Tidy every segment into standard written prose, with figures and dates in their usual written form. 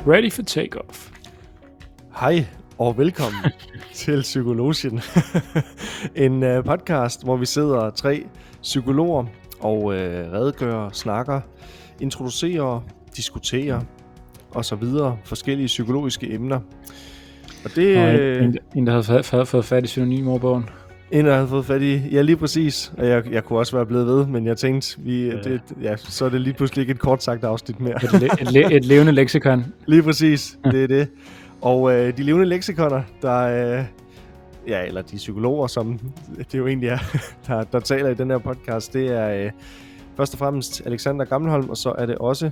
Ready for takeoff. Hej og velkommen til Psykologien. En podcast, hvor vi sidder 3 psykologer og redegør, snakker, introducerer, diskuterer og så videre forskellige psykologiske emner. Og det en der havde fået fat i synonymordbogen. En der havde fået fat i, ja lige præcis. Og jeg kunne også være blevet ved, men jeg tænkte, så er det lige pludselig ikke et kort sagt afsnit mere. et levende leksikon. Lige præcis, det er det. Og de levende leksikoner, eller de psykologer, som det jo egentlig er, der taler i den her podcast, det er først og fremmest Alexander Gammelholm, og så er det også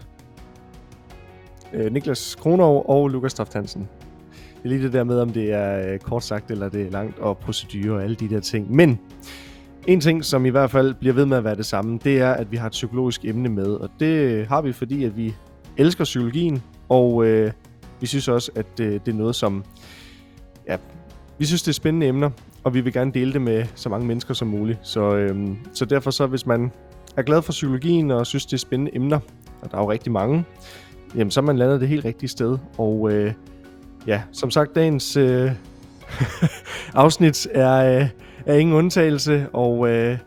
Niklas Kronov og Lukas Toft Hansen. Det er lige det der med, om det er kort sagt, eller det er langt, og procedure og alle de der ting. Men en ting, som i hvert fald bliver ved med at være det samme, det er, at vi har et psykologisk emne med. Og det har vi, fordi at vi elsker psykologien, og vi synes også, at det er noget, som... Ja, vi synes, det er spændende emner, og vi vil gerne dele det med så mange mennesker som muligt. Så derfor så, hvis man er glad for psykologien og synes, det er spændende emner, og der er jo rigtig mange, jamen så er man landet det helt rigtige sted. Og som sagt, dagens afsnit er ingen undtagelse, og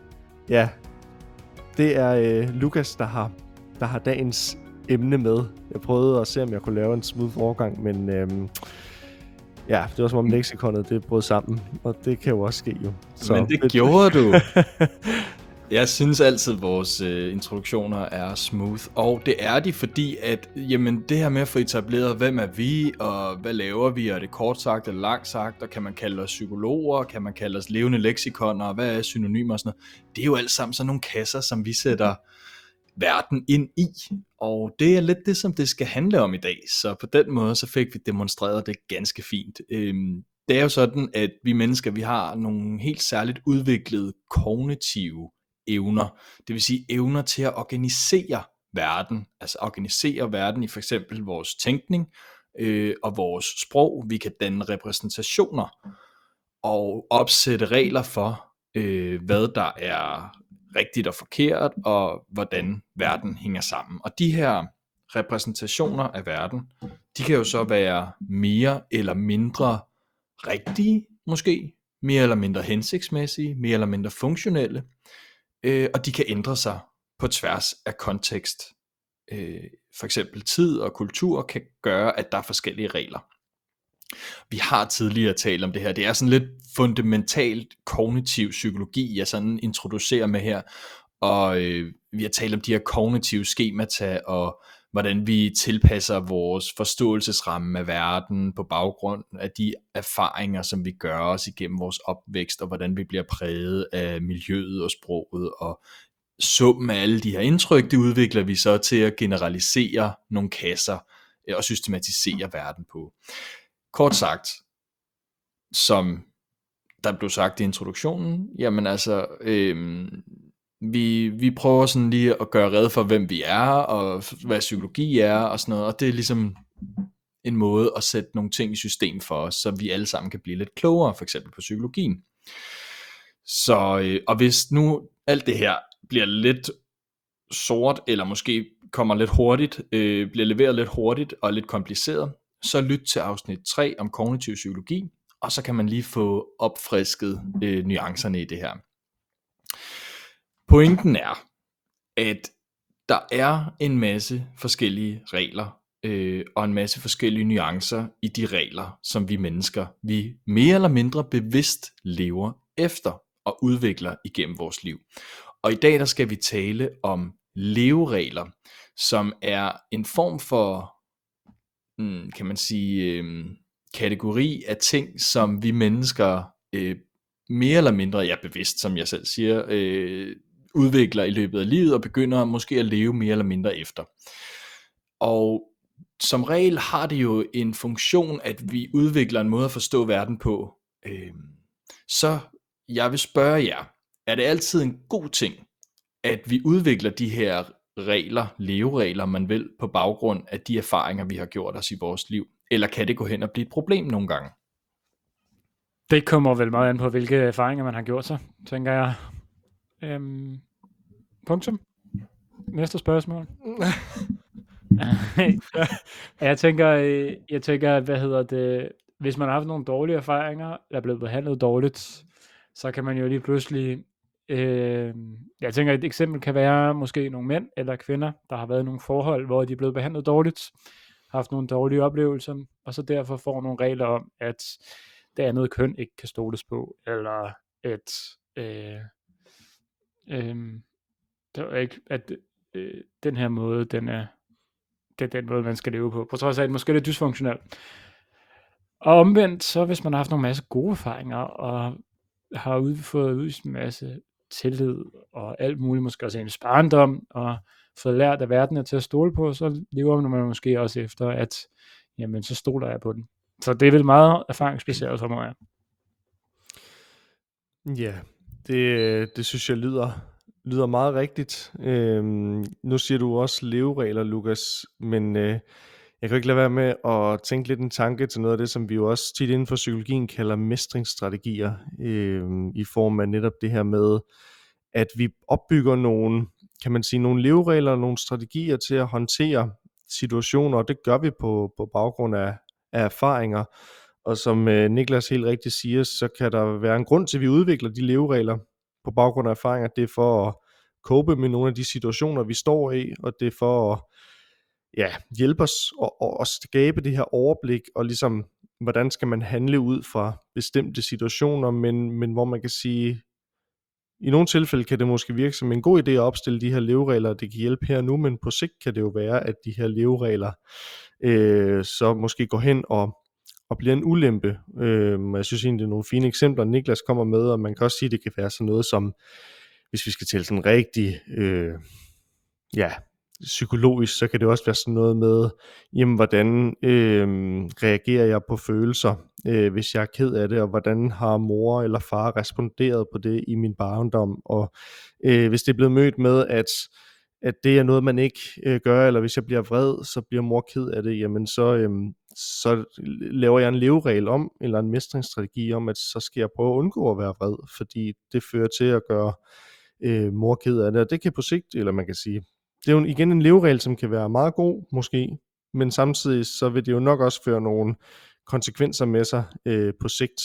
det er Lukas, der har dagens emne med. Jeg prøvede at se, om jeg kunne lave en smooth overgang, men det var som om leksikonet det brød sammen, og det kan jo også ske jo. Så, men det gjorde du. Jeg synes altid, at vores introduktioner er smooth, og det er de, fordi at det her med at få etableret, hvem er vi, og hvad laver vi, og er det kort sagt eller langt sagt, og kan man kalde os psykologer, kan man kalde os levende leksikoner, og hvad er synonymer og sådan noget. Det er jo alt sammen sådan nogle kasser, som vi sætter verden ind i, og det er lidt det, som det skal handle om i dag, så på den måde, så fik vi demonstreret det ganske fint. Det er jo sådan, at vi mennesker, vi har nogle helt særligt udviklede kognitive evner, det vil sige evner til at organisere verden, altså organisere verden i for eksempel vores tænkning og vores sprog. Vi kan danne repræsentationer og opsætte regler for, hvad der er rigtigt og forkert, og hvordan verden hænger sammen. Og de her repræsentationer af verden, de kan jo så være mere eller mindre rigtige, måske mere eller mindre hensigtsmæssige, mere eller mindre funktionelle, og de kan ændre sig på tværs af kontekst. For eksempel tid og kultur kan gøre, at der er forskellige regler. Vi har tidligere talt om det her. Det er sådan lidt fundamentalt kognitiv psykologi, jeg sådan introducerer med her. Og vi har talt om de her kognitive skemata, og hvordan vi tilpasser vores forståelsesramme af verden på baggrund af de erfaringer, som vi gør os igennem vores opvækst, og hvordan vi bliver præget af miljøet og sproget, og summen af alle de her indtryk, det udvikler vi så til at generalisere nogle kasser og systematisere verden på. Kort sagt, som der blev sagt i introduktionen, jamen altså, vi prøver sådan lige at gøre rede for, hvem vi er, og hvad psykologi er, og sådan noget, og det er ligesom en måde at sætte nogle ting i system for os, så vi alle sammen kan blive lidt klogere, for eksempel på psykologien. Så, og hvis nu alt det her bliver lidt sort, eller måske kommer lidt hurtigt, bliver leveret lidt hurtigt og lidt kompliceret, så lyt til afsnit 3 om kognitiv psykologi, og så kan man lige få opfrisket nuancerne i det her. Pointen er, at der er en masse forskellige regler, og en masse forskellige nuancer i de regler, som vi mennesker, vi mere eller mindre bevidst lever efter og udvikler igennem vores liv. Og i dag der skal vi tale om leveregler, som er en form for, kan man sige, kategori af ting, som vi mennesker mere eller mindre, bevidst, som jeg selv siger, udvikler i løbet af livet og begynder måske at leve mere eller mindre efter. Og som regel har det jo en funktion, at vi udvikler en måde at forstå verden på. Så jeg vil spørge jer, er det altid en god ting, at vi udvikler de her regler, leveregler man vil, på baggrund af de erfaringer, vi har gjort os i vores liv? Eller kan det gå hen og blive et problem nogle gange? Det kommer vel meget an på, hvilke erfaringer man har gjort sig, tænker jeg. Punktum. Næste spørgsmål. Jeg tænker, hvad hedder det, hvis man har haft nogle dårlige erfaringer, eller er blevet behandlet dårligt, så kan man jo lige pludselig, jeg tænker, et eksempel kan være måske nogle mænd eller kvinder, der har været i nogle forhold, hvor de er blevet behandlet dårligt, har haft nogle dårlige oplevelser, og så derfor får nogle regler om, at det andet køn ikke kan stoles på, eller at, det er ikke, at den her måde, det er den måde, man skal leve på trods af, at måske er det dysfunktionelt. Og omvendt, så hvis man har haft nogle masse gode erfaringer, og har fået udvist en masse tillid, og alt muligt, måske også ens barndom, og fået lært, at verden er til at stole på, så lever man måske også efter, at jamen, så stoler jeg på den. Så det er vel meget erfaringsbaseret for mig. Ja, det synes jeg lyder meget rigtigt. Nu siger du også leveregler, Lukas, men jeg kan ikke lade være med at tænke lidt en tanke til noget af det, som vi jo også tit inden for psykologien kalder mestringsstrategier, i form af netop det her med, at vi opbygger nogle, kan man sige, nogle leveregler, nogle strategier til at håndtere situationer, og det gør vi på baggrund af erfaringer. Og som Niklas helt rigtigt siger, så kan der være en grund til, at vi udvikler de leveregler på baggrund af erfaringer. Det er for at cope med nogle af de situationer, vi står i, og det er for at hjælpe os og skabe det her overblik, og ligesom, hvordan skal man handle ud fra bestemte situationer, men hvor man kan sige, i nogle tilfælde kan det måske virke som en god idé at opstille de her leveregler, det kan hjælpe her nu, men på sigt kan det jo være, at de her leveregler så måske går hen og bliver en ulempe. Jeg synes egentlig, det er nogle fine eksempler, Niklas kommer med, og man kan også sige, at det kan være sådan noget som, hvis vi skal tælle sådan rigtig psykologisk, så kan det også være sådan noget med, jamen, hvordan reagerer jeg på følelser, hvis jeg er ked af det, og hvordan har mor eller far responderet på det i min barndom, og hvis det er blevet mødt med, at det er noget, man ikke gør, eller hvis jeg bliver vred, så bliver mor ked af det, jamen så laver jeg en leveregel om, eller en mestringsstrategi om, at så skal jeg prøve at undgå at være vred, fordi det fører til at gøre mor ked af det, og det kan på sigt, eller man kan sige, det er jo igen en leveregel, som kan være meget god, måske, men samtidig så vil det jo nok også føre nogle konsekvenser med sig på sigt.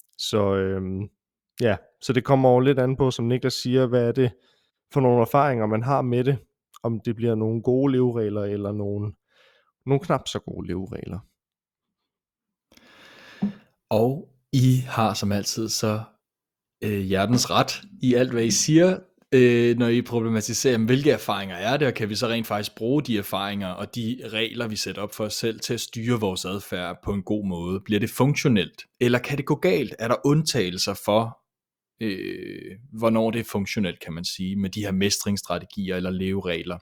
Så det kommer jo lidt an på, som Niklas siger, hvad er det for nogle erfaringer, man har med det, om det bliver nogle gode leveregler, eller nogle knap så gode leveregler. Og I har som altid så hjertens ret i alt, hvad I siger, når I problematiserer, hvilke erfaringer er det, og kan vi så rent faktisk bruge de erfaringer og de regler, vi sætter op for os selv, til at styre vores adfærd på en god måde? Bliver det funktionelt? Eller kan det gå galt? Er der undtagelser for, hvornår det er funktionelt, kan man sige, med de her mestringsstrategier eller leveregler?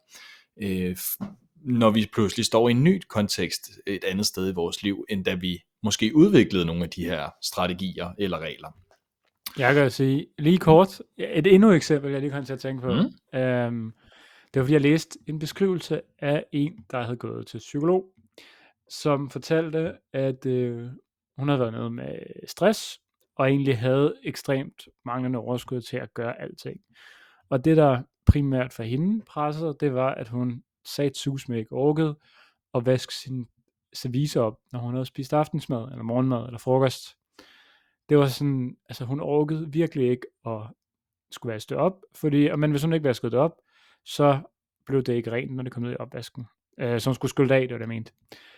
Når vi pludselig står i en ny kontekst et andet sted i vores liv, end da vi måske udviklede nogle af de her strategier eller regler. Jeg kan sige lige kort, endnu et eksempel, jeg lige kom til at tænke på. Det var fordi, jeg læste en beskrivelse af en, der havde gået til psykolog, som fortalte, at hun havde været nede med stress, og egentlig havde ekstremt manglende overskud til at gøre alting. Og det, der primært for hende pressede, det var, at hun sat sus med ikke orkede at vaske sin service op, når hun havde spist aftensmad, eller morgenmad, eller frokost. Det var sådan, altså hun orkede virkelig ikke at skulle vaske det op, men hvis hun ikke vaskede det op, så blev det ikke rent, når det kom ned i opvasken. Så hun skulle skylde af, det var det, jeg mente.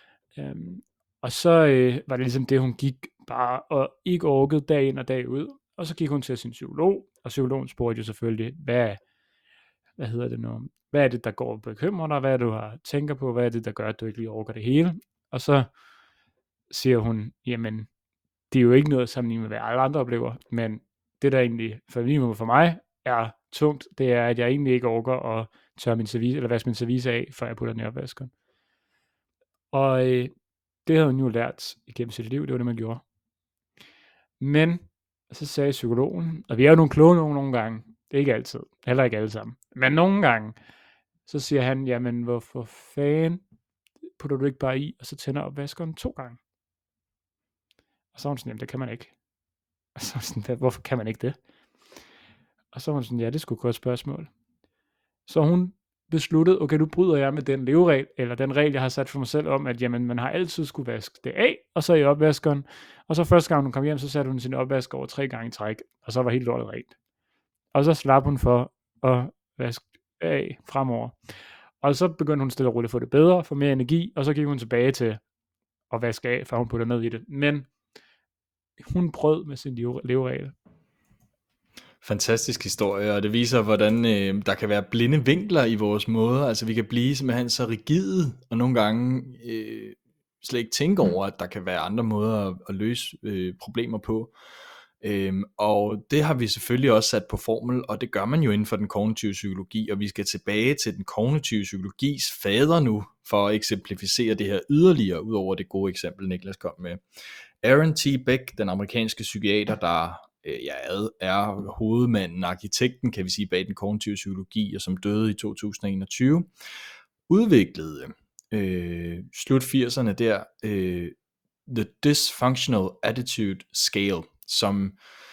Og så var det ligesom det, hun gik bare og ikke orkede dag ind og dag ud. Og så gik hun til sin psykolog, og psykologen spurgte jo selvfølgelig, hvad hedder det nu? Hvad er det, der går og bekymrer dig? Hvad er det, du tænker på? Hvad er det, der gør, at du ikke lige orker det hele? Og så siger hun, jamen, det er jo ikke noget sammenlignet med, hvad alle andre oplever, men det, der egentlig for mig er tungt, det er, at jeg egentlig ikke orker at tørre min service, eller vaske min service af, før jeg putter den i opvaskeren. Og det havde hun jo lært igennem sit liv, det var det, man gjorde. Men så sagde psykologen, og vi er jo nogle kloge nogle gange, det er ikke altid, heller ikke alle sammen, men nogle gange, så siger han, jamen hvorfor fanden putter du ikke bare i, og så tænder opvaskeren 2 gange? Og så var hun sådan, jamen det kan man ikke. Og så var sådan, hvorfor kan man ikke det? Og så var hun sådan, ja, det skulle godt spørgsmål. Så hun besluttet, okay, nu bryder jeg med den leveregel, eller den regel, jeg har sat for mig selv om, at jamen, man har altid skulle vaske det af, og så i opvaskeren, og så første gang hun kom hjem, så satte hun sin opvask over 3 gange i træk, og så var helt lortet rent. Og så slap hun for at vaske af fremover. Og så begyndte hun stille og roligt at få det bedre, få mere energi, og så gik hun tilbage til at vaske af, før hun putter ned i det. Men hun brød med sin leveregel. Fantastisk historie, og det viser, hvordan der kan være blinde vinkler i vores måder. Altså vi kan blive simpelthen så rigide, og nogle gange slet ikke tænke over, at der kan være andre måder at løse problemer på. Og det har vi selvfølgelig også sat på formel, og det gør man jo inden for den kognitive psykologi, og vi skal tilbage til den kognitive psykologis fader nu, for at eksemplificere det her yderligere, ud over det gode eksempel, Niklas kom med. Aaron T. Beck, den amerikanske psykiater, der er hovedmanden, arkitekten, kan vi sige, bag den kognitive psykologi, og som døde i 2021, udviklede slut 80'erne der The Dysfunctional Attitude Scale, som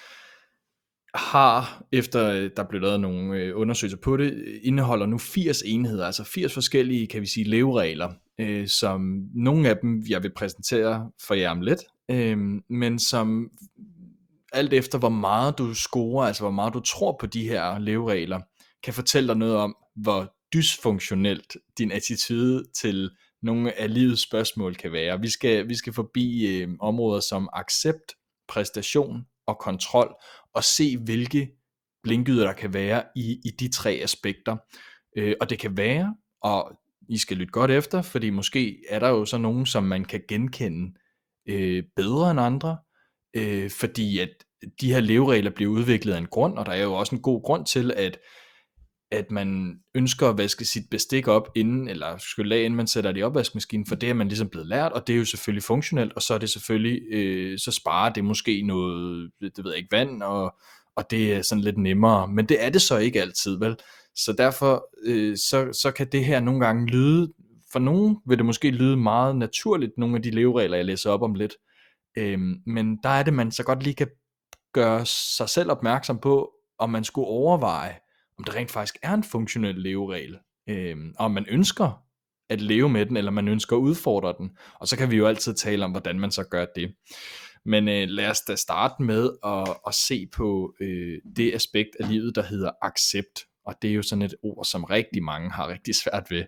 har, efter der blev lavet nogle undersøgelser på det, indeholder nu 80 enheder, altså 80 forskellige, kan vi sige, leveregler, som nogle af dem, jeg vil præsentere for jer om lidt, men som alt efter hvor meget du scorer, altså hvor meget du tror på de her leveregler, kan fortælle dig noget om, hvor dysfunktionelt din attitude til nogle af livets spørgsmål kan være. Vi skal forbi områder som accept, præstation og kontrol, og se hvilke blinkyder der kan være i de 3 aspekter. Og det kan være, og I skal lytte godt efter, fordi måske er der jo så nogen, som man kan genkende bedre end andre, fordi at de her leveregler bliver udviklet af en grund, og der er jo også en god grund til, at man ønsker at vaske sit bestik op inden, eller skylle af, inden man sætter det i opvaskemaskinen, for det er man ligesom blevet lært, og det er jo selvfølgelig funktionelt, og så er det selvfølgelig, så sparer det måske noget, det ved jeg ikke, vand, og det er sådan lidt nemmere, men det er det så ikke altid, vel? Så derfor, så kan det her nogle gange lyde, for nogen vil det måske lyde meget naturligt, nogle af de leveregler, jeg læser op om lidt, men der er det, man så godt lige kan gøre sig selv opmærksom på, om man skulle overveje, om det rent faktisk er en funktionel leveregel, og om man ønsker at leve med den, eller man ønsker at udfordre den, og så kan vi jo altid tale om, hvordan man så gør det. Men lad os da starte med at se på det aspekt af livet, der hedder accept, og det er jo sådan et ord, som rigtig mange har rigtig svært ved,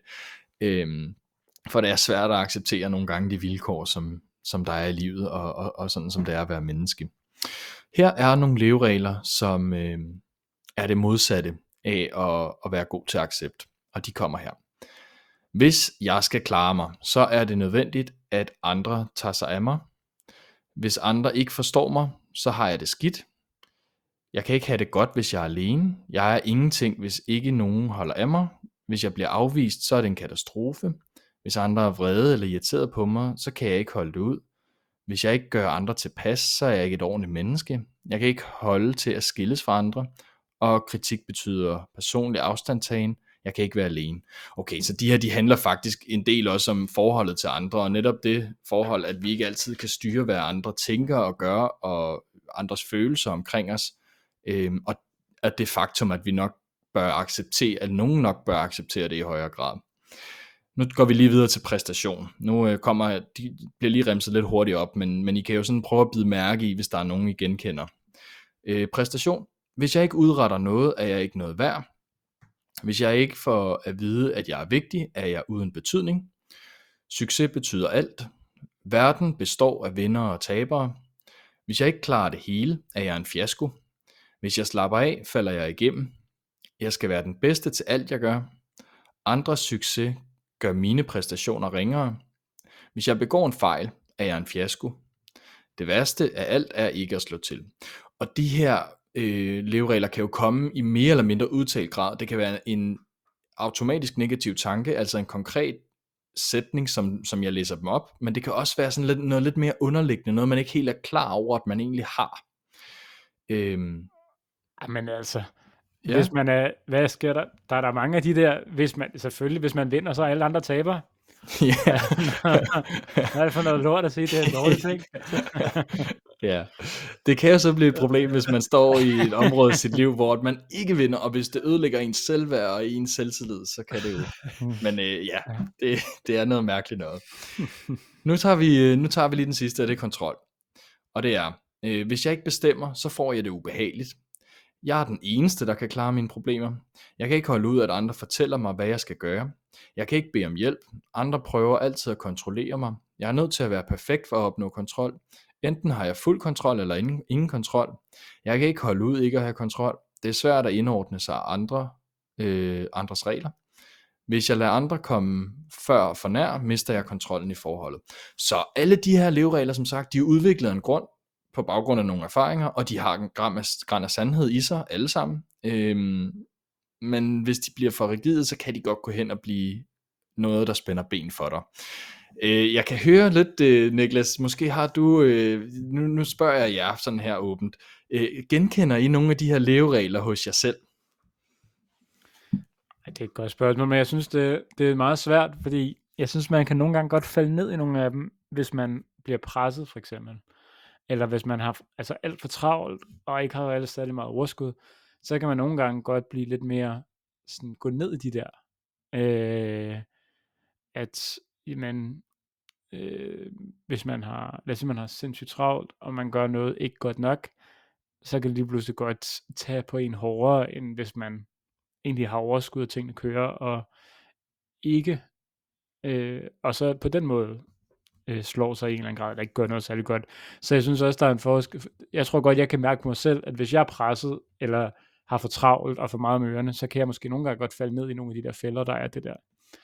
for det er svært at acceptere nogle gange de vilkår, som der er i livet, og sådan som det er at være menneske. Her er nogle leveregler, som er det modsatte af at være god til accept, og de kommer her. Hvis jeg skal klare mig, så er det nødvendigt, at andre tager sig af mig. Hvis andre ikke forstår mig, så har jeg det skidt. Jeg kan ikke have det godt, hvis jeg er alene. Jeg er ingenting, hvis ikke nogen holder af mig. Hvis jeg bliver afvist, så er det en katastrofe. Hvis andre er vrede eller irriteret på mig, så kan jeg ikke holde det ud. Hvis jeg ikke gør andre tilpas, så er jeg ikke et ordentligt menneske. Jeg kan ikke holde til at skilles fra andre. Og kritik betyder personlig afstandtagen. Jeg kan ikke være alene. Okay, så de her, de handler faktisk en del også om forholdet til andre, og netop det forhold, at vi ikke altid kan styre, hvad andre tænker og gør, og andres følelser omkring os, og at det faktum, at vi nok bør acceptere, at nogen nok bør acceptere det i højere grad. Nu går vi lige videre til præstation. Nu de bliver lige remset lidt hurtigt op, men I kan jo sådan prøve at bide mærke i, hvis der er nogen, I genkender. Præstation. Hvis jeg ikke udretter noget, er jeg ikke noget værd. Hvis jeg ikke får at vide, at jeg er vigtig, er jeg uden betydning. Succes betyder alt. Verden består af vindere og tabere. Hvis jeg ikke klarer det hele, er jeg en fiasko. Hvis jeg slapper af, falder jeg igennem. Jeg skal være den bedste til alt, jeg gør. Andres succes gør mine præstationer ringere. Hvis jeg begår en fejl, er jeg en fiasko. Det værste af alt er ikke at slå til. Og de her leveregler kan jo komme i mere eller mindre udtalt grad. Det kan være en automatisk negativ tanke, altså en konkret sætning, som jeg læser dem op, men det kan også være sådan noget lidt mere underliggende, noget man ikke helt er klar over, at man egentlig har. Men altså, ja. Hvis man er, hvad sker der? Der er der mange af de der, hvis man vinder, så er alle andre taber. Ja. Hvad er det for noget lort at sige, det er en dårlig ting? Ja, det kan jo så blive et problem, hvis man står i et område i sit liv, hvor man ikke vinder, og hvis det ødelægger ens selvværd og ens selvtillid, så kan det jo. Men ja, det er noget mærkeligt noget. Nu tager vi lige den sidste, og det er kontrol. Og det er, hvis jeg ikke bestemmer, så får jeg det ubehageligt. Jeg er den eneste, der kan klare mine problemer. Jeg kan ikke holde ud, at andre fortæller mig, hvad jeg skal gøre. Jeg kan ikke bede om hjælp. Andre prøver altid at kontrollere mig. Jeg er nødt til at være perfekt for at opnå kontrol. Enten har jeg fuld kontrol eller ingen kontrol. Jeg kan ikke holde ud ikke at have kontrol. Det er svært at indordne sig andres regler. Hvis jeg lader andre komme før for nær, mister jeg kontrollen i forholdet. Så alle de her leveregler, som sagt, de er udviklet af en grund på baggrund af nogle erfaringer, og de har en gran af sandhed i sig, alle sammen. Men hvis de bliver for rigide, så kan de godt gå hen og blive noget, der spænder ben for dig. Jeg kan høre lidt, Niklas, måske har du, nu spørger jeg jer sådan her åbent, genkender I nogle af de her leveregler hos jer selv? Det er et godt spørgsmål, men jeg synes, det er meget svært, fordi jeg synes, man kan nogle gange godt falde ned i nogle af dem, hvis man bliver presset, for eksempel. Eller hvis man har alt for travlt, og ikke har alle særlig meget overskud, så kan man nogle gange godt blive lidt mere sådan, gå ned i de der, at jamen, hvis man har, lad os sige, man har sindssygt travlt, og man gør noget ikke godt nok, så kan det lige pludselig godt tage på en hårdere, end hvis man egentlig har overskud, og tingene kører, og ikke, og så på den måde slår sig i en eller anden grad, eller ikke gør noget særlig godt. Så jeg synes også, der er en forskel. Jeg tror godt, jeg kan mærke på mig selv, at hvis jeg er presset, eller har for travlt og for meget med ørerne, så kan jeg måske nogle gange godt falde ned i nogle af de der fælder, der er det der.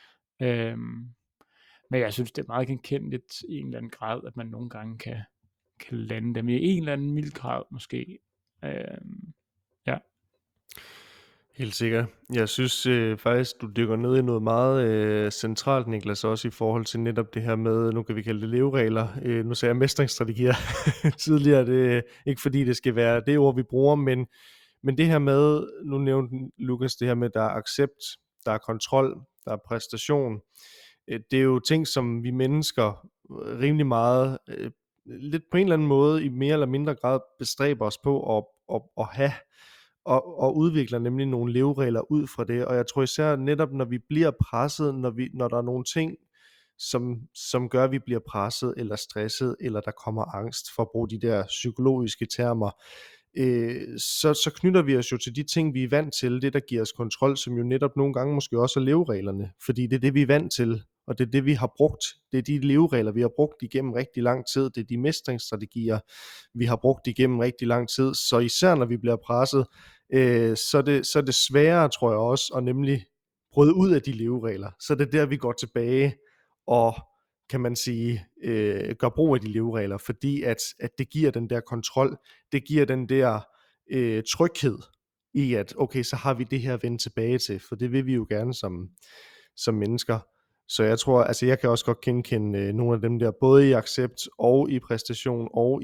Men jeg synes, det er meget genkendeligt i en eller anden grad, at man nogle gange kan lande dem i en eller anden mild grad, måske. Ja. Helt sikkert. Jeg synes faktisk, du dykker ned i noget meget centralt, Niklas, også i forhold til netop det her med, nu kan vi kalde det leveregler. Nu sagde jeg mestringsstrategier tidligere, det er ikke fordi det skal være det ord, vi bruger, men det her med, nu nævnte Lukas det her med, der er accept, der er kontrol, der er præstation. Det er jo ting, som vi mennesker rimelig meget, lidt på en eller anden måde, i mere eller mindre grad bestræber os på at have, og udvikler nemlig nogle leveregler ud fra det, og jeg tror især netop, når vi bliver presset, når der er nogle ting, som gør, at vi bliver presset, eller stresset, eller der kommer angst, for at bruge de der psykologiske termer, så knytter vi os jo til de ting, vi er vant til, det der giver os kontrol, som jo netop nogle gange måske også er levereglerne, fordi det er det, vi er vant til, og det er det, vi har brugt, det er de leveregler, vi har brugt igennem rigtig lang tid, det er de mestringsstrategier, vi har brugt igennem rigtig lang tid, så især når vi bliver presset, så er det sværere, tror jeg også, at nemlig bryde ud af de leveregler, så det er der, vi går tilbage, og kan man sige, gør brug af de leveregler, fordi at det giver den der kontrol, det giver den der tryghed i, at okay, så har vi det her at vende tilbage til, for det vil vi jo gerne som mennesker. Så jeg tror, altså jeg kan også godt genkende nogle af dem der, både i accept og i præstation og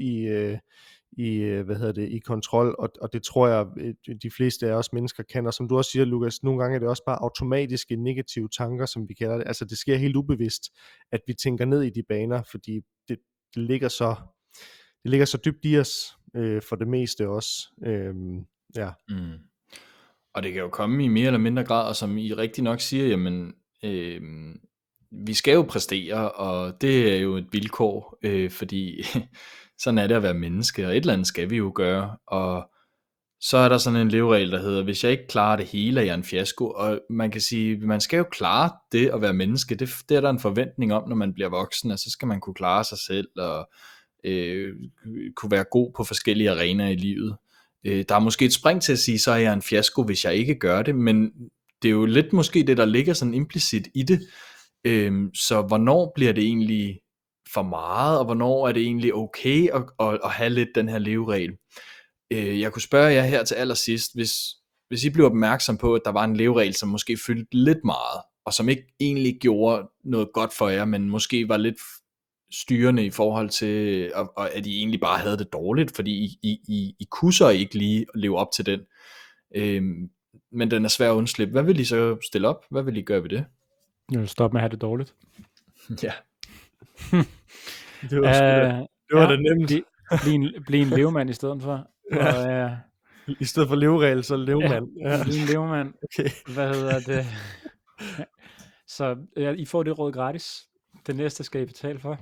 i kontrol, og det tror jeg, de fleste af os mennesker kan, og som du også siger, Lukas, nogle gange er det også bare automatiske negative tanker, som vi kalder det, altså det sker helt ubevidst, at vi tænker ned i de baner, fordi det ligger så dybt i os, for det meste også, ja. Og det kan jo komme i mere eller mindre grad, og som I rigtig nok siger, jamen, vi skal jo præstere, og det er jo et vilkår, fordi sådan er det at være menneske, og et eller andet skal vi jo gøre, og så er der sådan en leveregel, der hedder, hvis jeg ikke klarer det hele, er jeg en fiasko, og man kan sige, man skal jo klare det at være menneske, det er der en forventning om, når man bliver voksen, at så skal man kunne klare sig selv, og kunne være god på forskellige arenaer i livet. Der er måske et spring til at sige, så er jeg en fiasko, hvis jeg ikke gør det, men det er jo lidt måske det, der ligger sådan implicit i det, så hvornår bliver det egentlig for meget, og hvornår er det egentlig okay at have lidt den her leveregel? Jeg kunne spørge jer her til allersidst, hvis I blev opmærksom på, at der var en leveregel, som måske fyldte lidt meget, og som ikke egentlig gjorde noget godt for jer, men måske var lidt styrende i forhold til, at I egentlig bare havde det dårligt, fordi I kunne så ikke lige leve op til den, men den er svær at undslippe. Hvad vil I så stille op? Hvad vil I gøre ved det? Jeg vil stoppe med at have det dårligt. Ja. Det var da nemt. Blive en levemand i stedet for. Og, I stedet for leveregel, så levemand. Ja, blive en levemand. Okay. Hvad hedder det? Så I får det råd gratis. Det næste skal I betale for.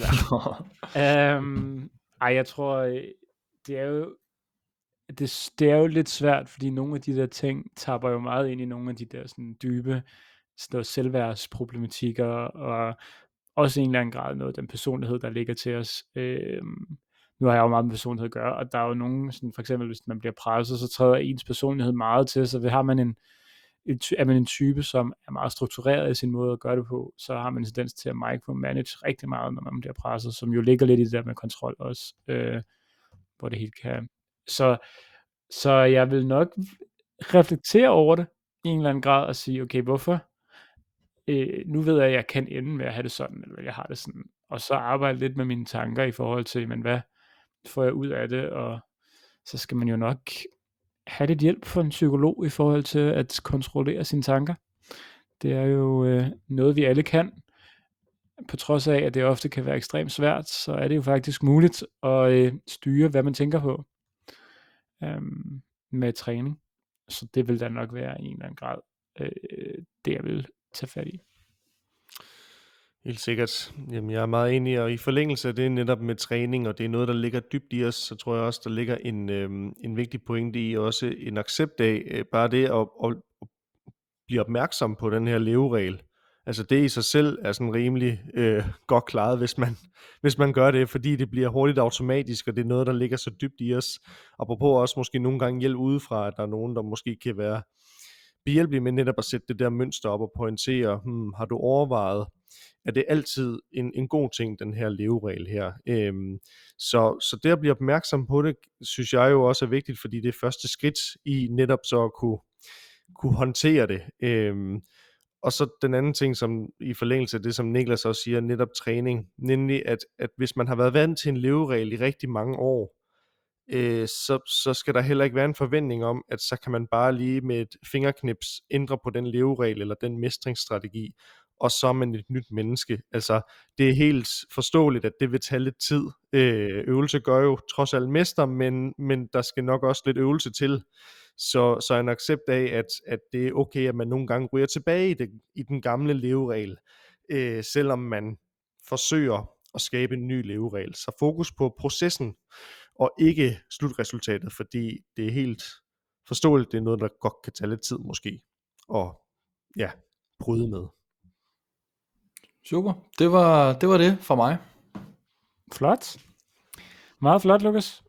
Jeg tror, det er jo lidt svært, fordi nogle af de der ting tapper jo meget ind i nogle af de der sådan dybe selvværdsproblematikker, og også i en eller anden grad noget af den personlighed, der ligger til os. Nu har jeg jo meget med personlighed at gøre, og der er jo nogen, sådan, for eksempel hvis man bliver presset, så træder ens personlighed meget til, så har man er man en type, som er meget struktureret i sin måde at gøre det på, så har man en tendens til at micromanage rigtig meget, når man bliver presset, som jo ligger lidt i det der med kontrol også, hvor det helt kan. Så jeg vil nok reflektere over det i en eller anden grad og sige, okay, hvorfor? Nu ved jeg, at jeg kan ende med at have det sådan, eller jeg har det sådan, og så arbejde lidt med mine tanker i forhold til, men hvad får jeg ud af det, og så skal man jo nok have lidt hjælp fra en psykolog i forhold til at kontrollere sine tanker. Det er jo noget, vi alle kan. På trods af, at det ofte kan være ekstremt svært, så er det jo faktisk muligt at styre, hvad man tænker på med træning. Så det vil da nok være i en eller anden grad det, jeg vil tage fat i. Helt sikkert. Jamen, jeg er meget enig, og i forlængelse af det netop med træning, og det er noget, der ligger dybt i os, så tror jeg også, der ligger en vigtig pointe i også en accept af, bare det at blive opmærksom på den her leveregel. Altså det i sig selv er sådan rimelig godt klaret, hvis man gør det, fordi det bliver hurtigt automatisk, og det er noget, der ligger så dybt i os. Apropos også måske nogle gange hjælp udefra, at der er nogen, der måske kan være behjælpelige med netop at sætte det der mønster op og pointere, har du overvejet, er det altid en god ting, den her leveregel her. Så det at blive opmærksom på det, synes jeg jo også er vigtigt, fordi det er første skridt i netop så at kunne håndtere det. Og så den anden ting, som i forlængelse af det, som Niklas også siger, netop træning, nemlig at hvis man har været vant til en leveregel i rigtig mange år, så skal der heller ikke være en forventning om, at så kan man bare lige med et fingerknips ændre på den leveregel eller den mestringsstrategi, og så er man et nyt menneske. Altså, det er helt forståeligt, at det vil tage lidt tid. Øvelse gør jo trods alt mester, men der skal nok også lidt øvelse til. Så en accept af, at det er okay, at man nogle gange ryger tilbage i den gamle leveregel, selvom man forsøger at skabe en ny leveregel. Så fokus på processen, og ikke slutresultatet, fordi det er helt forståeligt, det er noget, der godt kan tage lidt tid måske, og ja, bryde med. Super, det var det for mig. Flot. Meget flot, Lukas.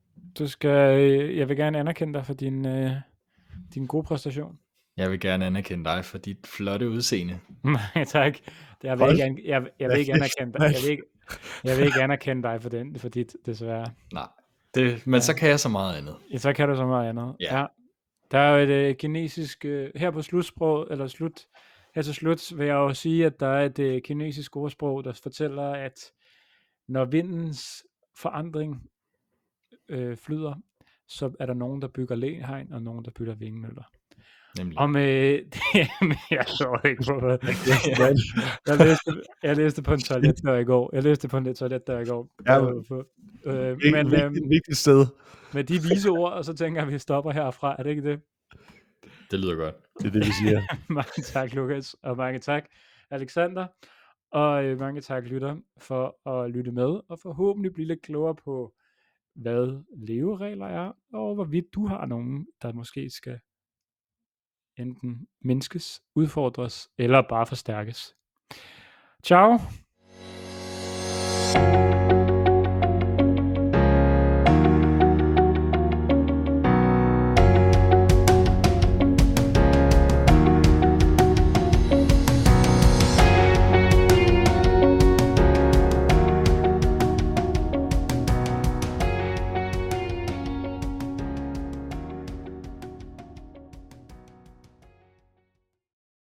Jeg vil gerne anerkende dig for din gode præstation. Jeg vil gerne anerkende dig for dit flotte udseende. Nej, tak. Jeg vil ikke anerkende dig. Jeg vil ikke anerkende dig for dit, desværre. Nej, men så kan jeg så meget andet. Ja, så kan du så meget andet. Ja. Der er jo et kinesisk, her på slutsprog, eller her til slut vil jeg jo sige, at der er et kinesisk ordsprog, der fortæller, at når vindens forandring flyder, så er der nogen, der bygger læhegn, og nogen, der bygger vindmøller. Nemlig. Og med jeg så ikke på det. Jeg læste på en toiletdør i går. Men vigtigt sted. Med de vise ord, og så tænker jeg, at vi stopper herfra. Er det ikke det? Det lyder godt. Det er det, vi siger. Mange tak, Lukas, og mange tak, Alexander. Og mange tak, lytter, for at lytte med, og forhåbentlig blive lidt klogere på, hvad leveregler er, og hvorvidt du har nogen, der måske skal enten mindskes, udfordres, eller bare forstærkes. Ciao!